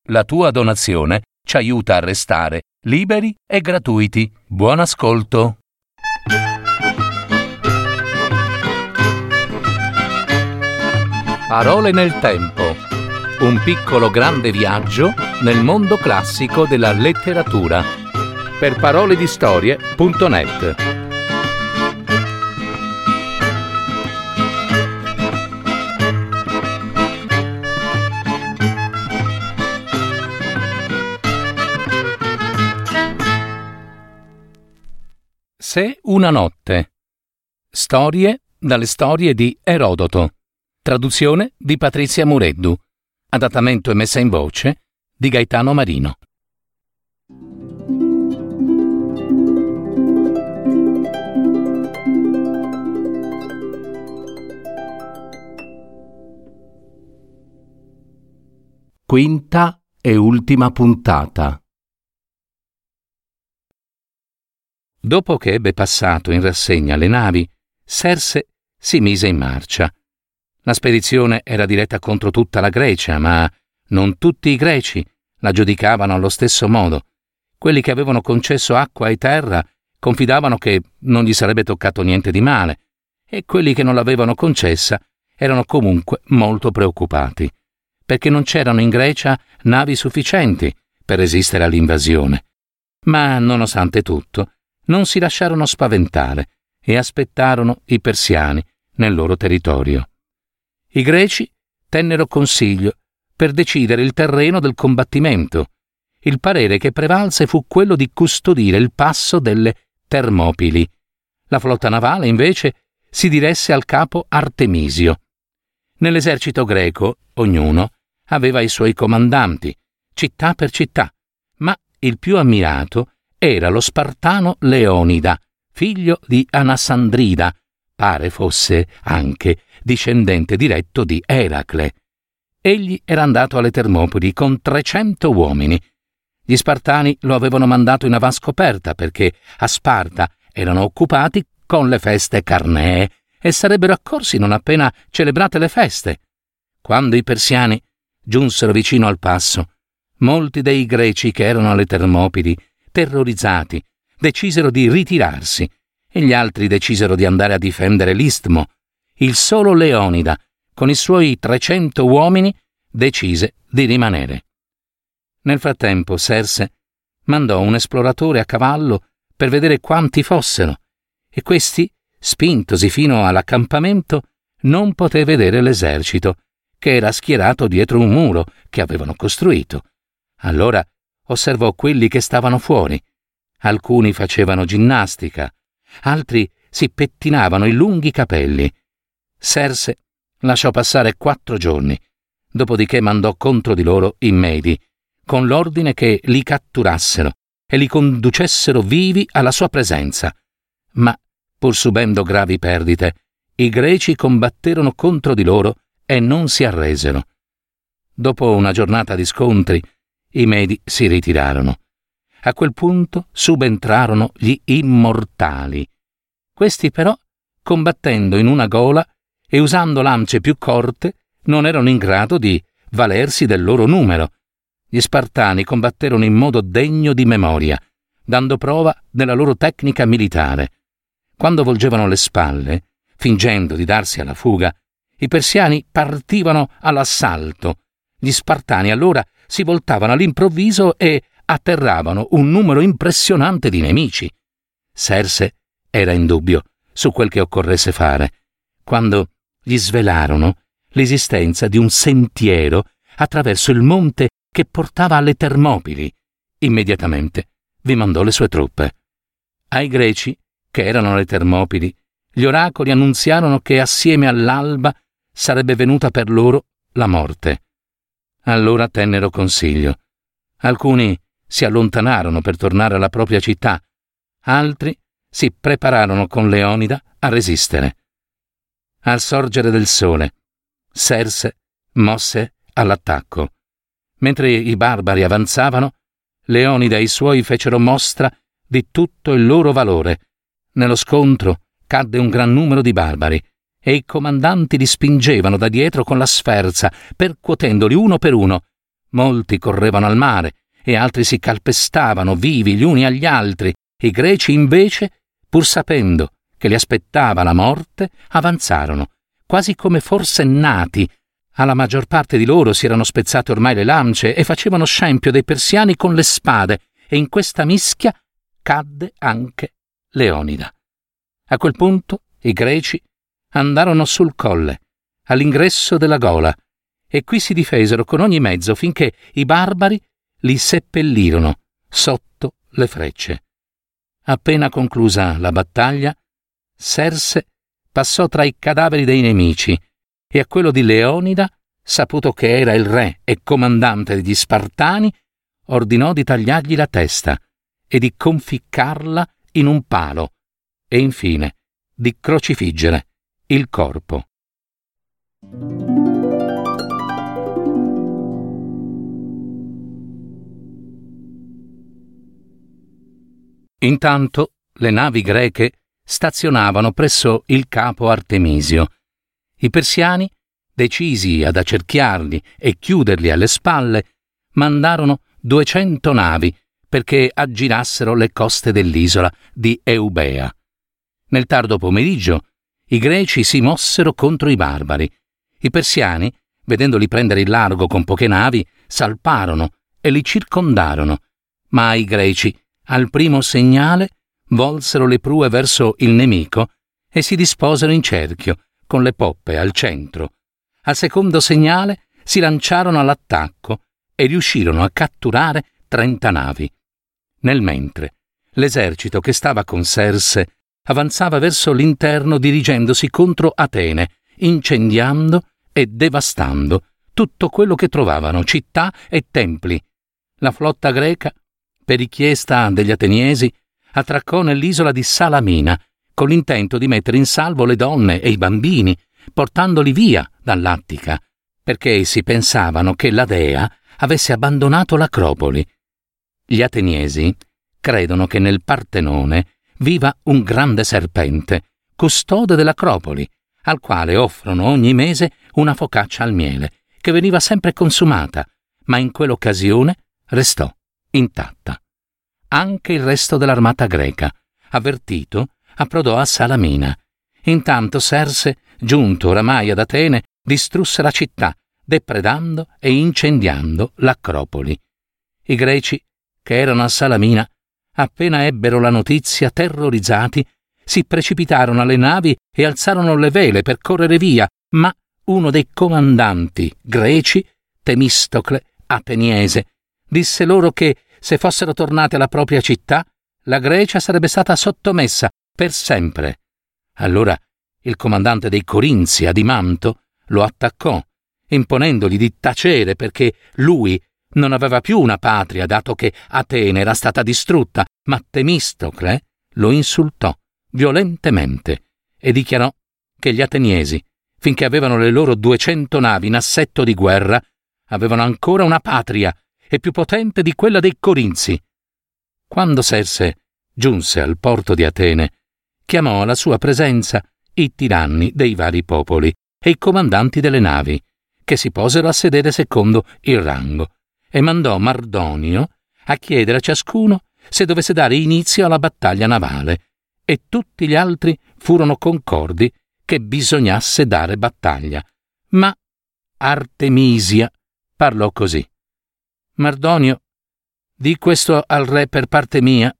La tua donazione ci aiuta a restare liberi e gratuiti. Buon ascolto! Parole nel tempo. Un piccolo grande viaggio nel mondo classico della letteratura. Per paroledistorie.net. Se una notte. Storie dalle storie di Erodoto. Traduzione di Patrizia Mureddu. Adattamento e messa in voce di Gaetano Marino. Quinta e ultima puntata. Dopo che ebbe passato in rassegna le navi, Serse si mise in marcia. La spedizione era diretta contro tutta la Grecia, ma non tutti i greci la giudicavano allo stesso modo. Quelli che avevano concesso acqua e terra confidavano che non gli sarebbe toccato niente di male, e quelli che non l'avevano concessa erano comunque molto preoccupati, perché non c'erano in Grecia navi sufficienti per resistere all'invasione. Ma, nonostante tutto, non si lasciarono spaventare e aspettarono i persiani nel loro territorio. I greci tennero consiglio per decidere il terreno del combattimento. Il parere che prevalse fu quello di custodire il passo delle Termopili. La flotta navale, invece, si diresse al capo Artemisio. Nell'esercito greco, ognuno aveva i suoi comandanti, città per città, ma il più ammirato era lo spartano Leonida, figlio di Anassandrida, pare fosse anche discendente diretto di Eracle. Egli era andato alle Termopili con 300 uomini. Gli spartani lo avevano mandato in avanscoperta perché a Sparta erano occupati con le feste carnee e sarebbero accorsi non appena celebrate le feste. Quando i persiani giunsero vicino al passo, molti dei greci che erano alle Termopili, terrorizzati, decisero di ritirarsi e gli altri decisero di andare a difendere l'Istmo. Il solo Leonida, con i suoi 300 uomini, decise di rimanere. Nel frattempo Serse mandò un esploratore a cavallo per vedere quanti fossero, e questi, spintosi fino all'accampamento, non poté vedere l'esercito, che era schierato dietro un muro che avevano costruito. Allora osservò quelli che stavano fuori. Alcuni facevano ginnastica, altri si pettinavano i lunghi capelli. Serse lasciò passare 4 giorni, dopodiché mandò contro di loro i Medi, con l'ordine che li catturassero e li conducessero vivi alla sua presenza. Ma, pur subendo gravi perdite, i greci combatterono contro di loro e non si arresero. Dopo una giornata di scontri, i Medi si ritirarono. A quel punto subentrarono gli Immortali. Questi però, combattendo in una gola e usando lance più corte, non erano in grado di valersi del loro numero. Gli Spartani combatterono in modo degno di memoria, dando prova della loro tecnica militare. Quando volgevano le spalle, fingendo di darsi alla fuga, i persiani partivano all'assalto. Gli Spartani allora si voltavano all'improvviso e atterravano un numero impressionante di nemici. Serse era in dubbio su quel che occorresse fare, quando gli svelarono l'esistenza di un sentiero attraverso il monte che portava alle Termopili. Immediatamente vi mandò le sue truppe. Ai greci, che erano alle Termopili, gli oracoli annunziarono che assieme all'alba sarebbe venuta per loro la morte. Allora tennero consiglio. Alcuni si allontanarono per tornare alla propria città, altri si prepararono con Leonida a resistere. Al sorgere del sole, Serse mosse all'attacco. Mentre i barbari avanzavano, Leonida e i suoi fecero mostra di tutto il loro valore. Nello scontro cadde un gran numero di barbari e i comandanti li spingevano da dietro con la sferza, percuotendoli uno per uno, Molti correvano al mare e altri si calpestavano vivi gli uni agli altri. I greci invece, pur sapendo che li aspettava la morte, avanzarono, quasi come forsennati. Alla maggior parte di loro si erano spezzate ormai le lance e facevano scempio dei persiani con le spade, e in questa mischia cadde anche Leonida. A quel punto i greci andarono sul colle, all'ingresso della gola, e qui si difesero con ogni mezzo finché i barbari li seppellirono sotto le frecce. Appena conclusa la battaglia, Serse passò tra i cadaveri dei nemici e a quello di Leonida, saputo che era il re e comandante degli Spartani, ordinò di tagliargli la testa e di conficcarla in un palo e infine di crocifiggere il corpo. Intanto le navi greche stazionavano presso il capo Artemisio. I persiani, decisi ad accerchiarli e chiuderli alle spalle, mandarono 200 navi perché aggirassero le coste dell'isola di Eubea. Nel tardo pomeriggio i greci si mossero contro i barbari. I persiani, vedendoli prendere il largo con poche navi, salparono e li circondarono, ma i greci, al primo segnale, volsero le prue verso il nemico e si disposero in cerchio, con le poppe al centro. Al secondo segnale si lanciarono all'attacco e riuscirono a catturare 30 navi. Nel mentre, l'esercito che stava con Serse avanzava verso l'interno dirigendosi contro Atene, incendiando e devastando tutto quello che trovavano, città e templi. La flotta greca, per richiesta degli ateniesi, attraccò nell'isola di Salamina con l'intento di mettere in salvo le donne e i bambini, portandoli via dall'Attica, perché essi pensavano che la dea avesse abbandonato l'Acropoli. Gli ateniesi credono che nel Partenone viva un grande serpente, custode dell'Acropoli, al quale offrono ogni mese una focaccia al miele, che veniva sempre consumata, ma in quell'occasione restò intatta. Anche il resto dell'armata greca, avvertito, approdò a Salamina. Intanto Serse, giunto oramai ad Atene, distrusse la città, depredando e incendiando l'Acropoli. I greci, che erano a Salamina, appena ebbero la notizia, terrorizzati, si precipitarono alle navi e alzarono le vele per correre via, ma uno dei comandanti greci, Temistocle, ateniese, disse loro che se fossero tornati alla propria città, la Grecia sarebbe stata sottomessa per sempre. Allora il comandante dei Corinzi, Adimanto, lo attaccò, imponendogli di tacere perché lui non aveva più una patria, dato che Atene era stata distrutta, ma Temistocle lo insultò violentemente e dichiarò che gli ateniesi, finché avevano le loro 200 navi in assetto di guerra, avevano ancora una patria e più potente di quella dei Corinzi. Quando Serse giunse al porto di Atene, chiamò alla sua presenza i tiranni dei vari popoli e i comandanti delle navi, che si posero a sedere secondo il rango, e mandò Mardonio a chiedere a ciascuno se dovesse dare inizio alla battaglia navale, e tutti gli altri furono concordi che bisognasse dare battaglia. Ma Artemisia parlò così: Mardonio, di questo al re per parte mia.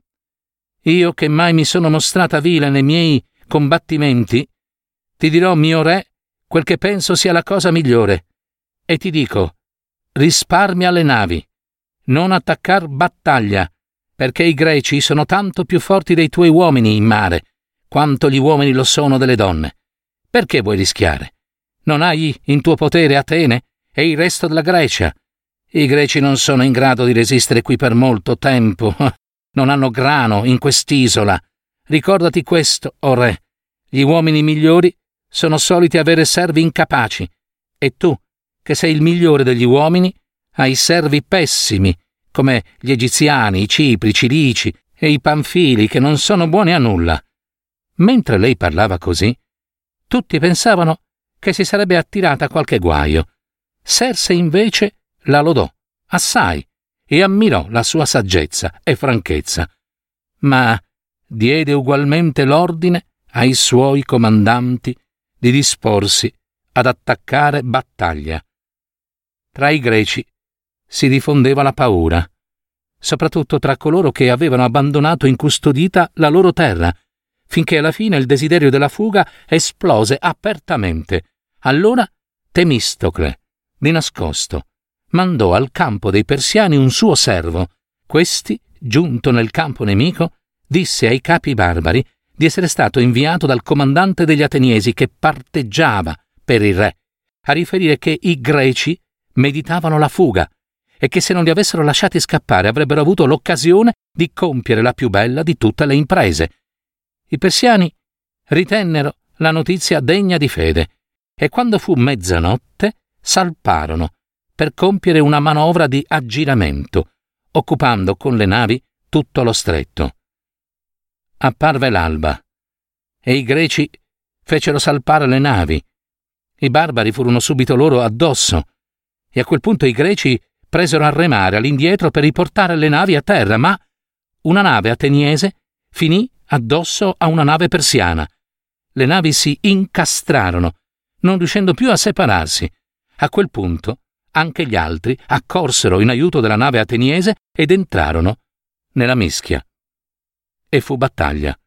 Io che mai mi sono mostrata vile nei miei combattimenti, ti dirò, mio re, quel che penso sia la cosa migliore, e ti dico: risparmia le navi, non attaccar battaglia, perché i greci sono tanto più forti dei tuoi uomini in mare, quanto gli uomini lo sono delle donne. Perché vuoi rischiare? Non hai in tuo potere Atene e il resto della Grecia. I greci non sono in grado di resistere qui per molto tempo. Non hanno grano in quest'isola. Ricordati questo, o re. Gli uomini migliori sono soliti avere servi incapaci, e tu, che sei il migliore degli uomini, hai servi pessimi, come gli egiziani, i cipri, i cilici e i panfili, che non sono buoni a nulla. Mentre lei parlava così, tutti pensavano che si sarebbe attirata qualche guaio. Serse invece la lodò assai, e ammirò la sua saggezza e franchezza, ma diede ugualmente l'ordine ai suoi comandanti di disporsi ad attaccare battaglia. Tra i greci si diffondeva la paura, soprattutto tra coloro che avevano abbandonato incustodita la loro terra, finché alla fine il desiderio della fuga esplose apertamente. Allora Temistocle, di nascosto, mandò al campo dei Persiani un suo servo. Questi, giunto nel campo nemico, disse ai capi barbari di essere stato inviato dal comandante degli Ateniesi che parteggiava per il re, a riferire che i greci meditavano la fuga e che se non li avessero lasciati scappare avrebbero avuto l'occasione di compiere la più bella di tutte le imprese. I persiani ritennero la notizia degna di fede e quando fu mezzanotte salparono per compiere una manovra di aggiramento, occupando con le navi tutto lo stretto. Apparve l'alba e i greci fecero salpare le navi. I barbari furono subito loro addosso e a quel punto i greci presero a remare all'indietro per riportare le navi a terra, ma una nave ateniese finì addosso a una nave persiana. Le navi si incastrarono, non riuscendo più a separarsi. A quel punto anche gli altri accorsero in aiuto della nave ateniese ed entrarono nella mischia. E fu battaglia.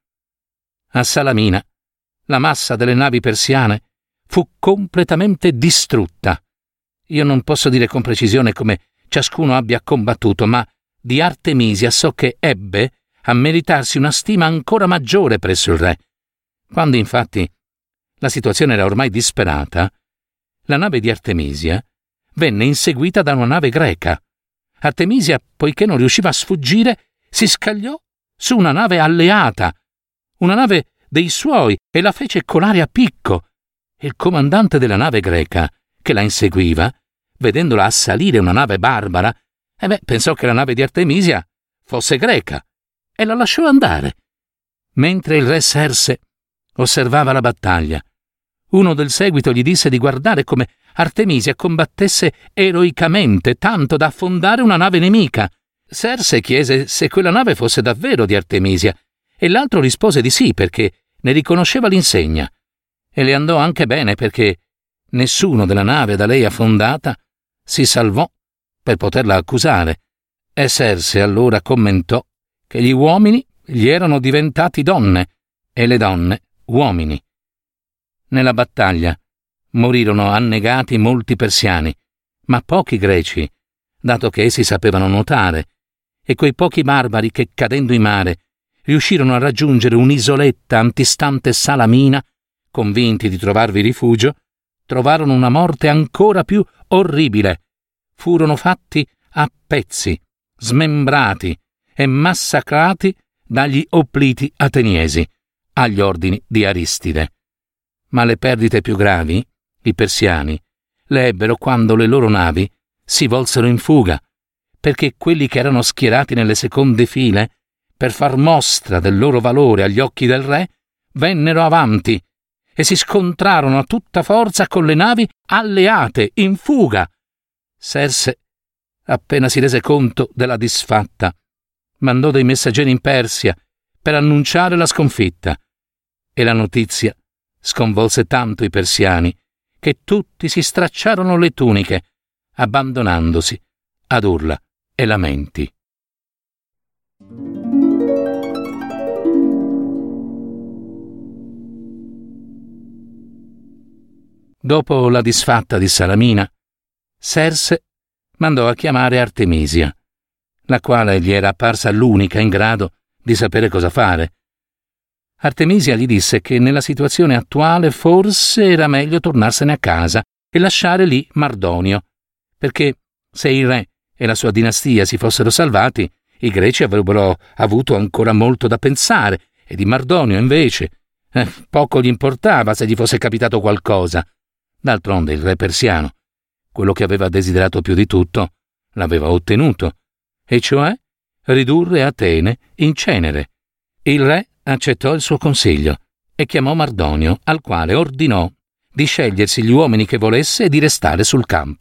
A Salamina la massa delle navi persiane fu completamente distrutta. Io non posso dire con precisione come ciascuno abbia combattuto, ma di Artemisia so che ebbe a meritarsi una stima ancora maggiore presso il re. Quando infatti la situazione era ormai disperata, la nave di Artemisia venne inseguita da una nave greca. Artemisia, poiché non riusciva a sfuggire, si scagliò su una nave alleata, una nave dei suoi, e la fece colare a picco. Il comandante della nave greca, che la inseguiva, vedendola assalire una nave barbara, pensò che la nave di Artemisia fosse greca e la lasciò andare. Mentre il re Serse osservava la battaglia, uno del seguito gli disse di guardare come Artemisia combattesse eroicamente, tanto da affondare una nave nemica. Serse chiese se quella nave fosse davvero di Artemisia e l'altro rispose di sì perché ne riconosceva l'insegna. E le andò anche bene perché nessuno della nave da lei affondata si salvò per poterla accusare, e Serse allora commentò che gli uomini gli erano diventati donne e le donne uomini. Nella battaglia morirono annegati molti persiani, ma pochi greci, dato che essi sapevano nuotare, e quei pochi barbari che, cadendo in mare, riuscirono a raggiungere un'isoletta antistante Salamina, convinti di trovarvi rifugio, trovarono una morte ancora più orribile. Furono fatti a pezzi, smembrati e massacrati dagli opliti ateniesi, agli ordini di Aristide. Ma le perdite più gravi, i persiani, le ebbero quando le loro navi si volsero in fuga, perché quelli che erano schierati nelle seconde file, per far mostra del loro valore agli occhi del re, vennero avanti e si scontrarono a tutta forza con le navi alleate in fuga. Serse, appena si rese conto della disfatta, mandò dei messaggeri in Persia per annunciare la sconfitta, e la notizia sconvolse tanto i persiani che tutti si stracciarono le tuniche, abbandonandosi ad urla e lamenti. Dopo la disfatta di Salamina, Serse mandò a chiamare Artemisia, la quale gli era apparsa l'unica in grado di sapere cosa fare. Artemisia gli disse che nella situazione attuale forse era meglio tornarsene a casa e lasciare lì Mardonio, perché se il re e la sua dinastia si fossero salvati, i greci avrebbero avuto ancora molto da pensare, e di Mardonio invece poco gli importava se gli fosse capitato qualcosa. D'altronde il re persiano, quello che aveva desiderato più di tutto, l'aveva ottenuto, e cioè ridurre Atene in cenere. Il re accettò il suo consiglio e chiamò Mardonio, al quale ordinò di scegliersi gli uomini che volesse e di restare sul campo.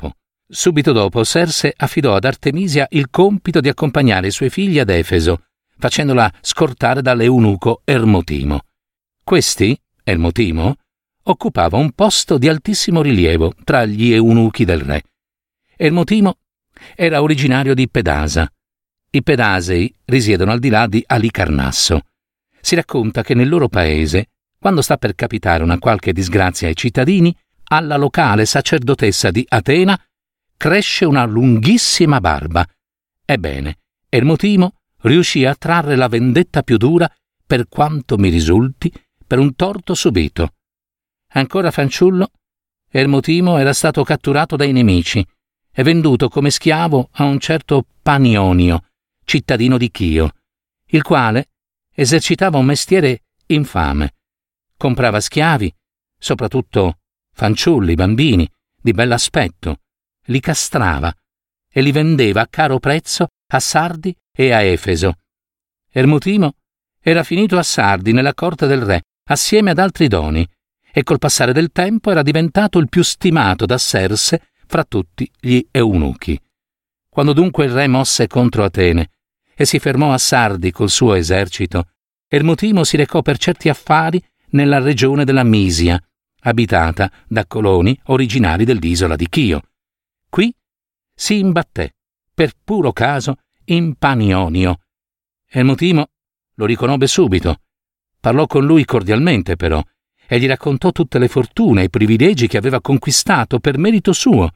Subito dopo Serse affidò ad Artemisia il compito di accompagnare i suoi figli ad Efeso, facendola scortare dall'eunuco Ermotimo. Questi, Ermotimo, occupava un posto di altissimo rilievo tra gli eunuchi del re. Ermotimo era originario di Pedasa. I Pedasei risiedono al di là di Alicarnasso. Si racconta che nel loro paese, quando sta per capitare una qualche disgrazia ai cittadini, alla locale sacerdotessa di Atena cresce una lunghissima barba. Ebbene, Ermotimo riuscì a trarre la vendetta più dura, per quanto mi risulti, per un torto subito. Ancora fanciullo, Ermotimo era stato catturato dai nemici e venduto come schiavo a un certo Panionio, cittadino di Chio, il quale esercitava un mestiere infame. Comprava schiavi, soprattutto fanciulli, bambini, di bell'aspetto, li castrava e li vendeva a caro prezzo a Sardi e a Efeso. Ermotimo era finito a Sardi nella corte del re assieme ad altri doni e col passare del tempo era diventato il più stimato da Serse fra tutti gli eunuchi. Quando dunque il re mosse contro Atene e si fermò a Sardi col suo esercito, Ermotimo si recò per certi affari nella regione della Misia, abitata da coloni originari dell'isola di Chio. Qui si imbatté, per puro caso, in Panionio. Ermotimo lo riconobbe subito. Parlò con lui cordialmente, però, e gli raccontò tutte le fortune e i privilegi che aveva conquistato per merito suo.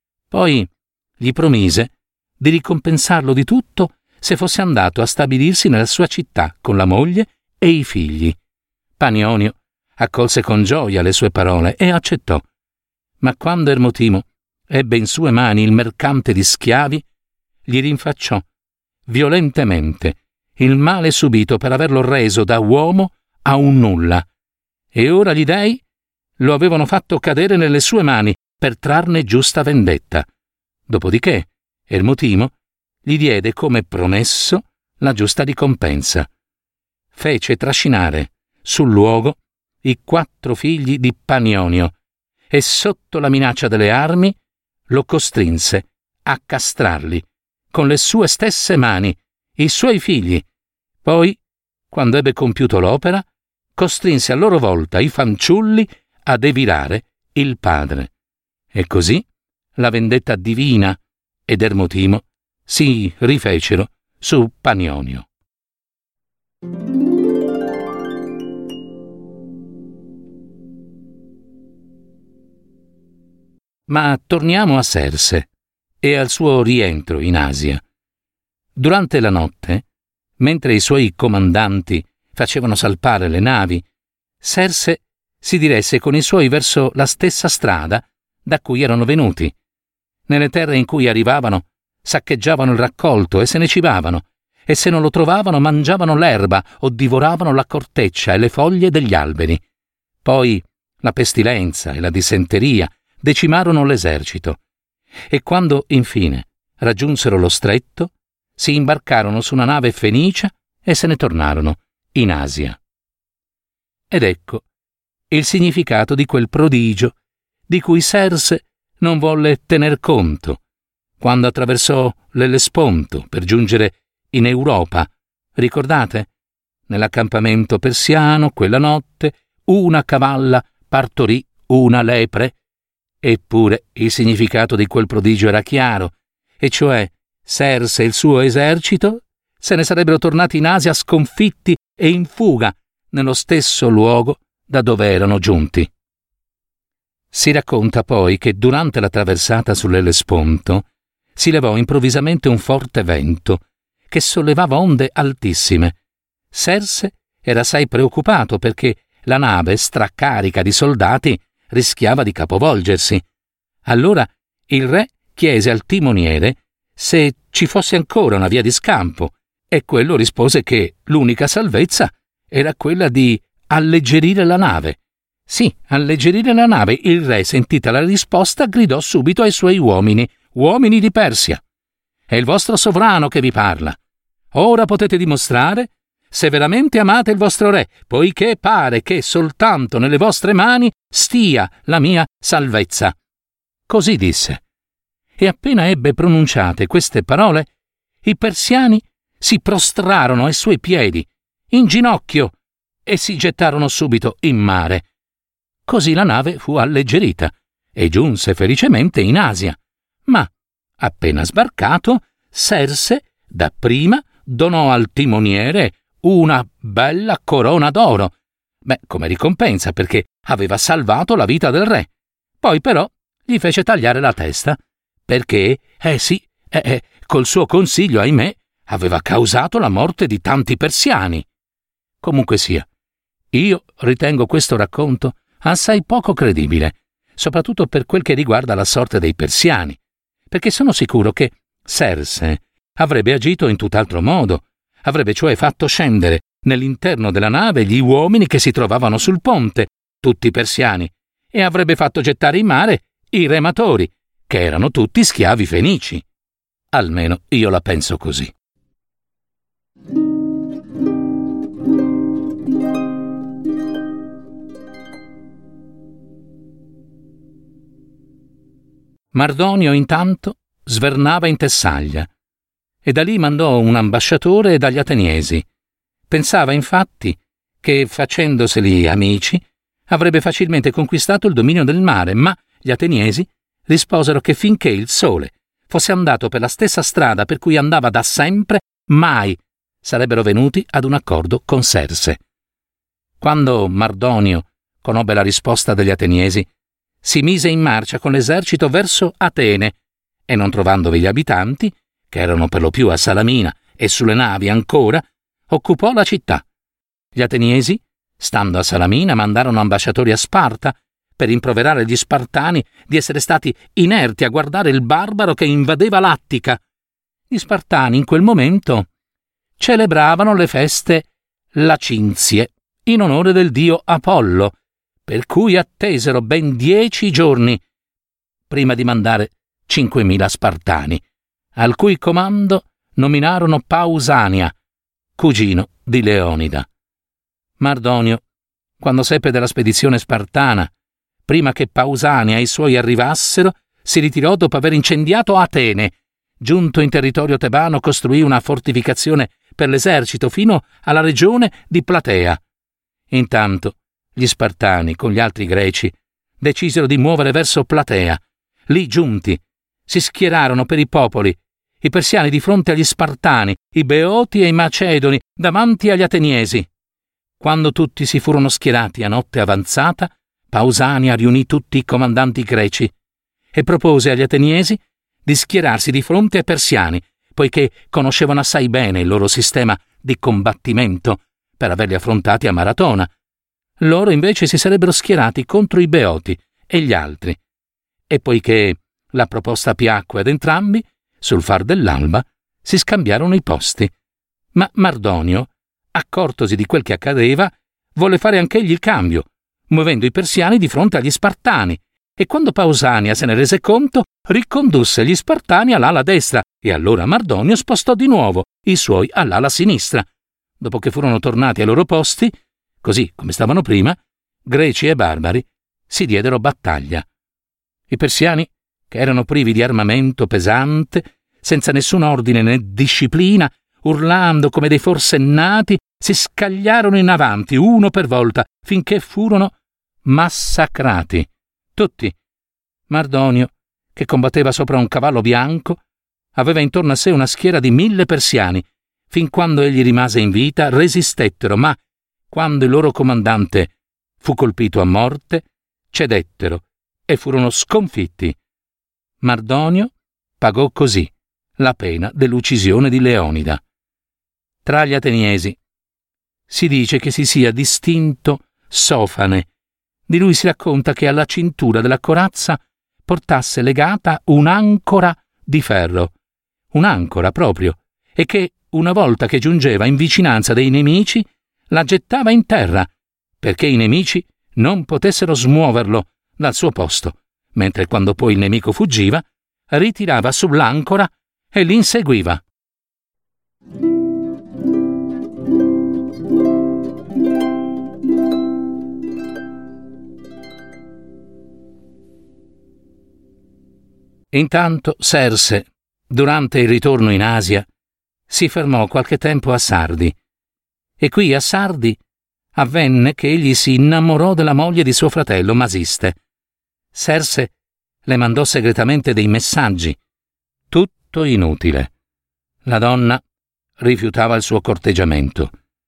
Poi gli promise di ricompensarlo di tutto se fosse andato a stabilirsi nella sua città con la moglie e i figli. Panionio accolse con gioia le sue parole e accettò. Ma quando Ermotimo ebbe in sue mani il mercante di schiavi, gli rinfacciò violentemente il male subito per averlo reso da uomo a un nulla, e ora gli dei lo avevano fatto cadere nelle sue mani per trarne giusta vendetta. Dopodiché Ermotimo gli diede come promesso la giusta ricompensa. Fece trascinare sul luogo i 4 figli di Panionio e sotto la minaccia delle armi lo costrinse a castrarli con le sue stesse mani, i suoi figli. Poi, quando ebbe compiuto l'opera, costrinse a loro volta i fanciulli a devirare il padre. E così la vendetta divina ed Ermotimo si rifecero su Panionio. Ma torniamo a Serse e al suo rientro in Asia. Durante la notte, mentre i suoi comandanti facevano salpare le navi, Serse si diresse con i suoi verso la stessa strada da cui erano venuti. Nelle terre in cui arrivavano, saccheggiavano il raccolto e se ne cibavano, e se non lo trovavano mangiavano l'erba o divoravano la corteccia e le foglie degli alberi. Poi la pestilenza e la dissenteria decimarono l'esercito, e quando infine raggiunsero lo stretto, si imbarcarono su una nave fenicia e se ne tornarono in Asia. Ed ecco il significato di quel prodigio di cui Serse non volle tener conto quando attraversò l'Ellesponto per giungere in Europa. Ricordate? Nell'accampamento persiano, quella notte, una cavalla partorì una lepre. Eppure il significato di quel prodigio era chiaro, e cioè Serse e il suo esercito se ne sarebbero tornati in Asia sconfitti e in fuga nello stesso luogo da dove erano giunti. Si racconta poi che durante la traversata sull'Ellesponto si levò improvvisamente un forte vento che sollevava onde altissime. Serse era assai preoccupato perché la nave, stracarica di soldati, rischiava di capovolgersi. Allora il re chiese al timoniere se ci fosse ancora una via di scampo, e quello rispose che l'unica salvezza era quella di alleggerire la nave. Sì, alleggerire la nave. Il re, sentita la risposta, gridò subito ai suoi uomini di Persia: «È il vostro sovrano che vi parla. Ora potete dimostrare se veramente amate il vostro re, poiché pare che soltanto nelle vostre mani stia la mia salvezza». Così disse. e appena ebbe pronunciate queste parole, i persiani si prostrarono ai suoi piedi, in ginocchio, e si gettarono subito in mare. Così la nave fu alleggerita e giunse felicemente in Asia. Ma, appena sbarcato, Serse, dapprima, donò al timoniere una bella corona d'oro, come ricompensa perché aveva salvato la vita del re. Poi però gli fece tagliare la testa, perché, col suo consiglio, ahimè, aveva causato la morte di tanti persiani. Comunque sia, io ritengo questo racconto assai poco credibile, soprattutto per quel che riguarda la sorte dei persiani, perché sono sicuro che Serse avrebbe agito in tutt'altro modo, avrebbe cioè fatto scendere nell'interno della nave gli uomini che si trovavano sul ponte, tutti persiani, e avrebbe fatto gettare in mare i rematori, che erano tutti schiavi fenici. Almeno io la penso così. Mardonio intanto svernava in Tessaglia e da lì mandò un ambasciatore dagli Ateniesi. Pensava infatti che, facendoseli amici, avrebbe facilmente conquistato il dominio del mare, ma gli Ateniesi risposero che finché il sole fosse andato per la stessa strada per cui andava da sempre, mai sarebbero venuti ad un accordo con Serse. Quando Mardonio conobbe la risposta degli Ateniesi, si mise in marcia con l'esercito verso Atene e, non trovandovi gli abitanti, che erano per lo più a Salamina e sulle navi ancora, occupò la città. Gli Ateniesi, stando a Salamina, mandarono ambasciatori a Sparta per rimproverare gli Spartani di essere stati inerti a guardare il barbaro che invadeva l'Attica. Gli Spartani in quel momento celebravano le feste Lacinzie in onore del dio Apollo, per cui attesero ben 10 giorni prima di mandare 5.000 Spartani, al cui comando nominarono Pausania, cugino di Leonida. Mardonio, quando seppe della spedizione spartana, prima che Pausania e i suoi arrivassero, si ritirò dopo aver incendiato Atene. Giunto in territorio tebano, costruì una fortificazione per l'esercito fino alla regione di Platea. Intanto, gli Spartani, con gli altri greci, decisero di muovere verso Platea. Lì giunti, si schierarono per i popoli, i persiani di fronte agli Spartani, i Beoti e i Macedoni davanti agli Ateniesi. Quando tutti si furono schierati a notte avanzata, Pausania riunì tutti i comandanti greci e propose agli Ateniesi di schierarsi di fronte ai persiani, poiché conoscevano assai bene il loro sistema di combattimento per averli affrontati a Maratona. Loro invece si sarebbero schierati contro i Beoti e gli altri. E poiché la proposta piacque ad entrambi, sul far dell'alba si scambiarono i posti. Ma Mardonio, accortosi di quel che accadeva, volle fare anch'egli il cambio, muovendo i persiani di fronte agli Spartani, e quando Pausania se ne rese conto, ricondusse gli Spartani all'ala destra, e allora Mardonio spostò di nuovo i suoi all'ala sinistra. Dopo che furono tornati ai loro posti, così come stavano prima, greci e barbari si diedero battaglia. I persiani, che erano privi di armamento pesante, senza nessun ordine né disciplina, urlando come dei forsennati, si scagliarono in avanti, uno per volta, finché furono massacrati. Tutti. Mardonio, che combatteva sopra un cavallo bianco, aveva intorno a sé una schiera di 1000 persiani. Fin quando egli rimase in vita, resistettero, ma quando il loro comandante fu colpito a morte, cedettero e furono sconfitti. Mardonio pagò così la pena dell'uccisione di Leonida. Tra gli Ateniesi si dice che si sia distinto Sofane. Di lui si racconta che alla cintura della corazza portasse legata un'ancora di ferro, un'ancora proprio, e che, una volta che giungeva in vicinanza dei nemici, la gettava in terra, perché i nemici non potessero smuoverlo dal suo posto, mentre quando poi il nemico fuggiva, ritirava sull'ancora e l'inseguiva. Intanto Serse, durante il ritorno in Asia, si fermò qualche tempo a Sardi, e qui a Sardi avvenne che egli si innamorò della moglie di suo fratello Masiste. Serse le mandò segretamente dei messaggi, tutto inutile. La donna rifiutava il suo corteggiamento,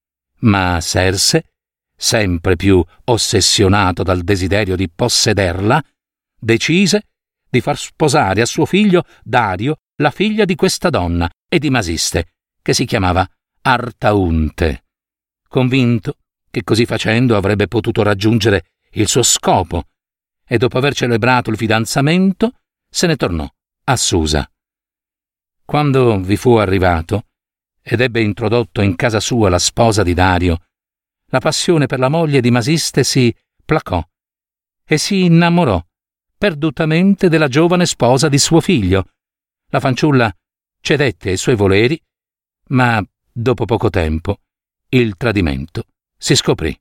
ma Serse, sempre più ossessionato dal desiderio di possederla, decise di far sposare a suo figlio Dario la figlia di questa donna e di Masiste, che si chiamava Artaunte, convinto che così facendo avrebbe potuto raggiungere il suo scopo, e dopo aver celebrato il fidanzamento se ne tornò a Susa. Quando vi fu arrivato ed ebbe introdotto in casa sua la sposa di Dario, la passione per la moglie di Masiste si placò e si innamorò perdutamente della giovane sposa di suo figlio. La fanciulla cedette ai suoi voleri, ma dopo poco tempo il tradimento si scoprì.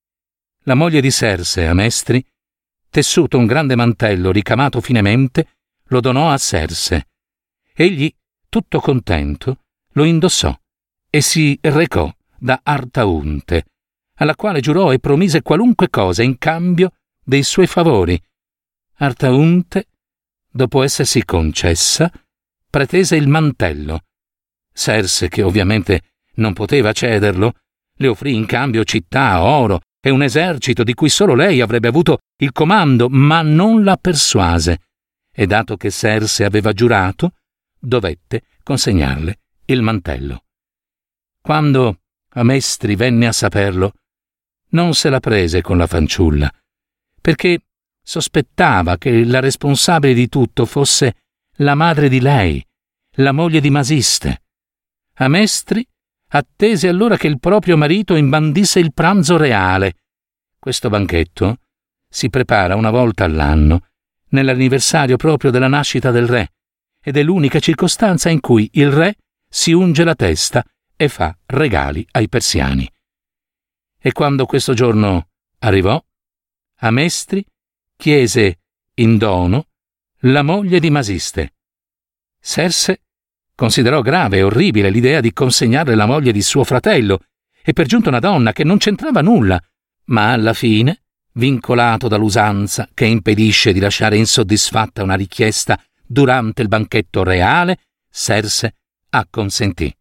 La moglie di Serse, Amestri, tessuto un grande mantello ricamato finemente, lo donò a Serse. Egli, tutto contento, lo indossò e si recò da Artaunte, alla quale giurò e promise qualunque cosa in cambio dei suoi favori. Artaunte, dopo essersi concessa, pretese il mantello. Serse, che ovviamente non poteva cederlo, le offrì in cambio città, oro e un esercito di cui solo lei avrebbe avuto il comando, ma non la persuase, e dato che Serse aveva giurato, dovette consegnarle il mantello. Quando Amestri venne a saperlo, non se la prese con la fanciulla, perché sospettava che la responsabile di tutto fosse la madre di lei, la moglie di Masiste. Amestri attese allora che il proprio marito imbandisse il pranzo reale. Questo banchetto si prepara una volta all'anno, nell'anniversario proprio della nascita del re, ed è l'unica circostanza in cui il re si unge la testa e fa regali ai persiani. E quando questo giorno arrivò, Amestri chiese in dono la moglie di Masiste. Serse considerò grave e orribile l'idea di consegnarle la moglie di suo fratello, e per giunta una donna che non c'entrava nulla, ma alla fine, vincolato dall'usanza che impedisce di lasciare insoddisfatta una richiesta durante il banchetto reale, Serse acconsentì.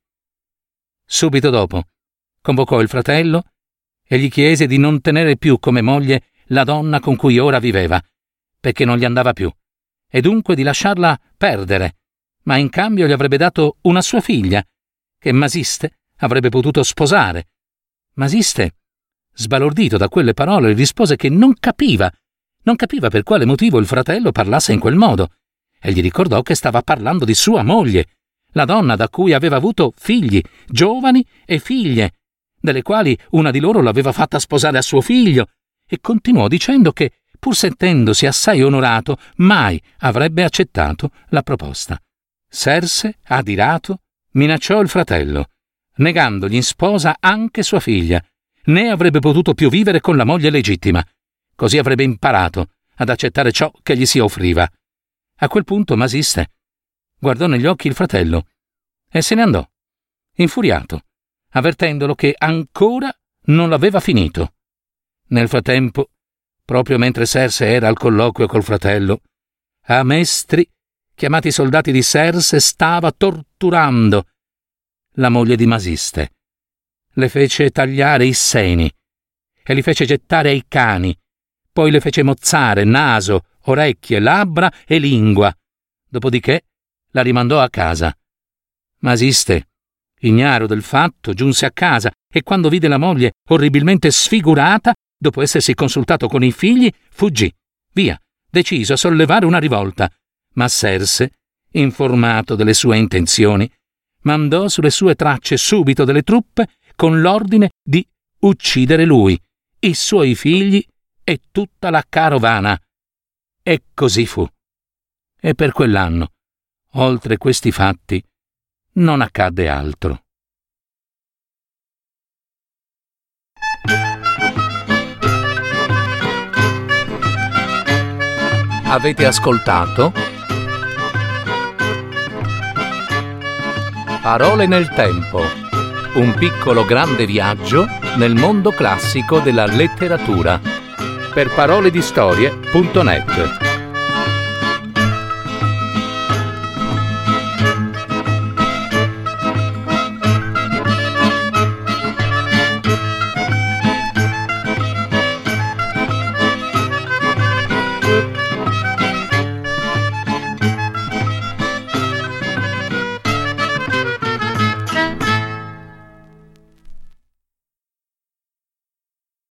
Subito dopo convocò il fratello e gli chiese di non tenere più come moglie la donna con cui ora viveva, perché non gli andava più, e dunque di lasciarla perdere, ma in cambio gli avrebbe dato una sua figlia, che Masiste avrebbe potuto sposare. Masiste, sbalordito da quelle parole, rispose che non capiva per quale motivo il fratello parlasse in quel modo, e gli ricordò che stava parlando di sua moglie, la donna da cui aveva avuto figli, giovani e figlie, delle quali una di loro l'aveva fatta sposare a suo figlio, e continuò dicendo che, pur sentendosi assai onorato, mai avrebbe accettato la proposta. Serse, adirato, minacciò il fratello, negandogli in sposa anche sua figlia, né avrebbe potuto più vivere con la moglie legittima. Così avrebbe imparato ad accettare ciò che gli si offriva. A quel punto Masiste guardò negli occhi il fratello e se ne andò, infuriato, avvertendolo che ancora non l'aveva finito. Nel frattempo, proprio mentre Serse era al colloquio col fratello, Amestri, chiamati i soldati di Serse, stava torturando la moglie di Masiste. Le fece tagliare i seni e li fece gettare ai cani, poi le fece mozzare naso, orecchie, labbra e lingua. Dopodiché la rimandò a casa. Masiste, ignaro del fatto, giunse a casa e quando vide la moglie orribilmente sfigurata, dopo essersi consultato con i figli, fuggì, via, deciso a sollevare una rivolta. Ma Serse, informato delle sue intenzioni, mandò sulle sue tracce subito delle truppe con l'ordine di uccidere lui, i suoi figli e tutta la carovana. E così fu. E per quell'anno, oltre questi fatti, non accadde altro. Avete ascoltato Parole nel tempo. Un piccolo grande viaggio nel mondo classico della letteratura. Per paroledistorie.net